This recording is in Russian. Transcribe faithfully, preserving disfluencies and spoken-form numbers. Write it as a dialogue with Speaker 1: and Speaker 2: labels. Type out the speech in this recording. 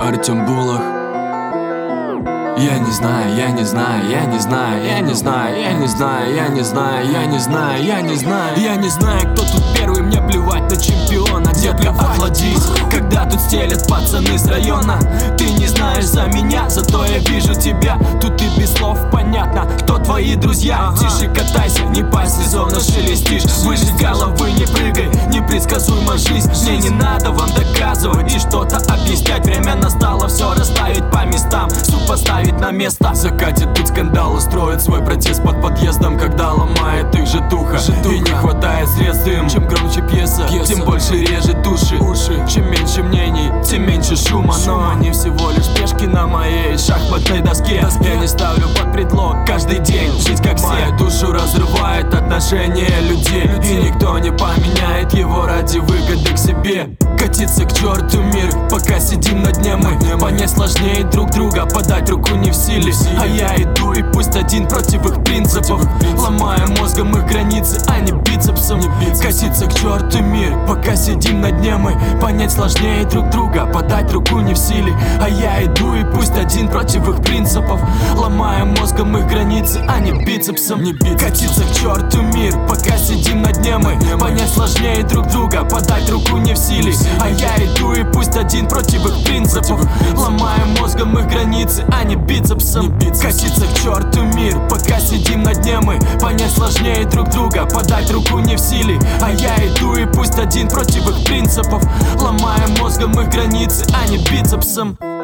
Speaker 1: Артем Булах. Я не знаю, я не знаю, я не знаю, я не знаю, я не знаю, я не знаю, я не знаю, я не знаю, я не знаю, кто тут первый, мне плевать на чемпиона. Детка, охладись, когда тут стелят пацаны с района. Ты не знаешь за меня, зато я вижу тебя. Тут и без слов понятно, кто твои друзья. Тише катайся, не по сезону шелестишь. Выше головы не прыгай, непредсказуема жизнь. Мне не надо вам доказывать и что-то объяснять. Время настало все расставить по местам, суп поставить на место. Закатит тут скандал, устроит свой протест под подъездом, когда ломает их же духа. И не хватает средств им. Чем громче пьеса, пьеса, тем больше режет души. Уши. Чем меньше мнений, тем меньше шума. Но они всего лишь пешки на моей шахматной доске. Я не ставлю под предлог каждый день жить как все. Мою душу разрывает отношения людей, и никто не поменяет его ради выгоды к себе. Катиться к черту мир, пока сидим на дне мы. Понять сложнее друг друга, подать руку не в силе. А я иду и пусть один против их принципов, ломая мозгом их границы, а не бицепсом. Катиться к черту мир, пока сидим на дне мы. Понять сложнее друг друга, подать руку не в силе. А я иду и пусть один против их принципов, ломая мозгом их границы, а не бицепсом. Катиться к черту мир, пока сидим на дне мы. Понять сложнее друг друга, подать руку не в силе. А я иду и пусть один против их принципов, ломая мозгом их границы, а не бицепсом. Катиться к черту мир, пока сидим на дне мы. Понять сложнее друг друга, подать руку не в силе. А я иду и пусть один против их принципов, ломая мозгом их границы, а не бицепсом.